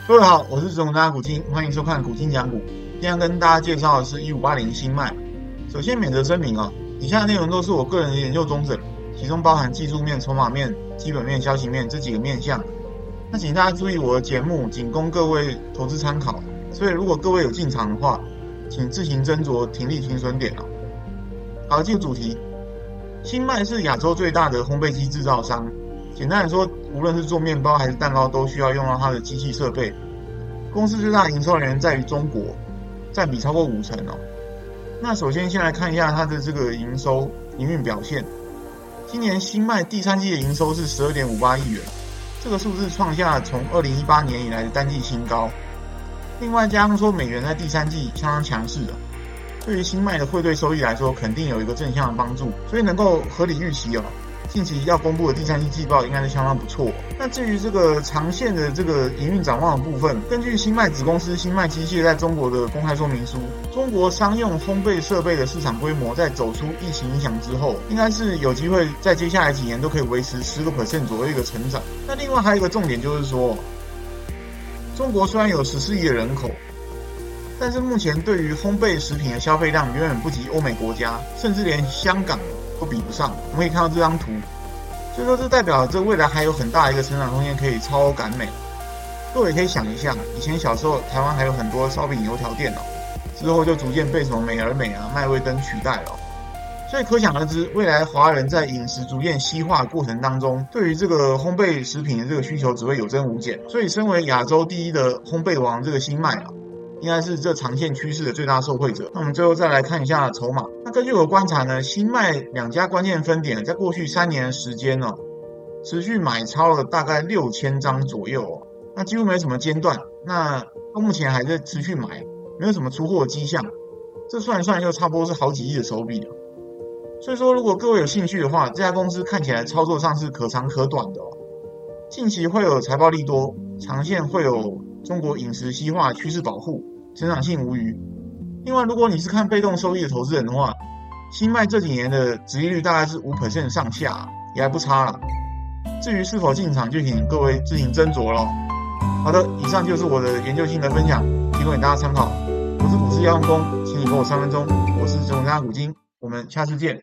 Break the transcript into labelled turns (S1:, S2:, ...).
S1: 各位好，我是总大股金，欢迎收看股金讲股。今天跟大家介绍的是1580新迈。首先免责声明以下内容都是我个人的研究宗旨，其中包含技术面、筹码面、基本面、消息面这几个面向。那请大家注意，我的节目仅供各位投资参考，所以如果各位有进场的话，请自行斟酌停利停损点。好，进入主题。新迈是亚洲最大的烘焙机制造商。简单来说，无论是做面包还是蛋糕，都需要用到它的机器设备。公司最大的营收来源在于中国，占比超过50%。那首先先来看一下它的这个营运表现。今年新迈第三季的营收是12.58亿元，这个数字创下从2018年以来的单季新高。另外加上说美元在第三季相当强势对于新迈的汇兑收益来说，肯定有一个正向的帮助，所以能够合理预期近期要公布的第三季季报应该是相当不错。那至于这个长线的这个营运展望的部分，根据新迈子公司新迈机械在中国的公开说明书，中国商用烘焙设备的市场规模在走出疫情影响之后，应该是有机会在接下来几年都可以维持10% 左右一个成长。那另外还有一个重点就是说，中国虽然有14亿的人口，但是目前对于烘焙食品的消费量远远不及欧美国家，甚至连香港都比不上。我们可以看到这张图，所以说这代表这未来还有很大的一个成长空间可以超欧赶美。各位可以想一下，以前小时候台湾还有很多烧饼油条店之后就逐渐被什么美而美麦味登取代了。所以可想而知，未来华人在饮食逐渐西化的过程当中，对于这个烘焙食品的这个需求只会有增无减。所以身为亚洲第一的烘焙王这个新迈应该是这长线趋势的最大受惠者。那我们最后再来看一下筹码。那根据我观察呢，新迈两家关键分点在过去3年的时间持续买超了大概6000张左右那几乎没什么间断。那到目前还在持续买，没有什么出货的迹象。这算一算就差不多是好几亿的手笔了。所以说，如果各位有兴趣的话，这家公司看起来操作上是可长可短的近期会有财报利多，长线会有中国饮食西化趋势保护，成长性无虞。另外，如果你是看被动收益的投资人的话，新迈这几年的殖利率大概是5% 上下，也还不差啦。至于是否进场，就请各位自行斟酌咯。好的，以上就是我的研究性的分享，提供给大家参考。我是股市要用功，请你给我3分钟。我是总家股金，我们下次见。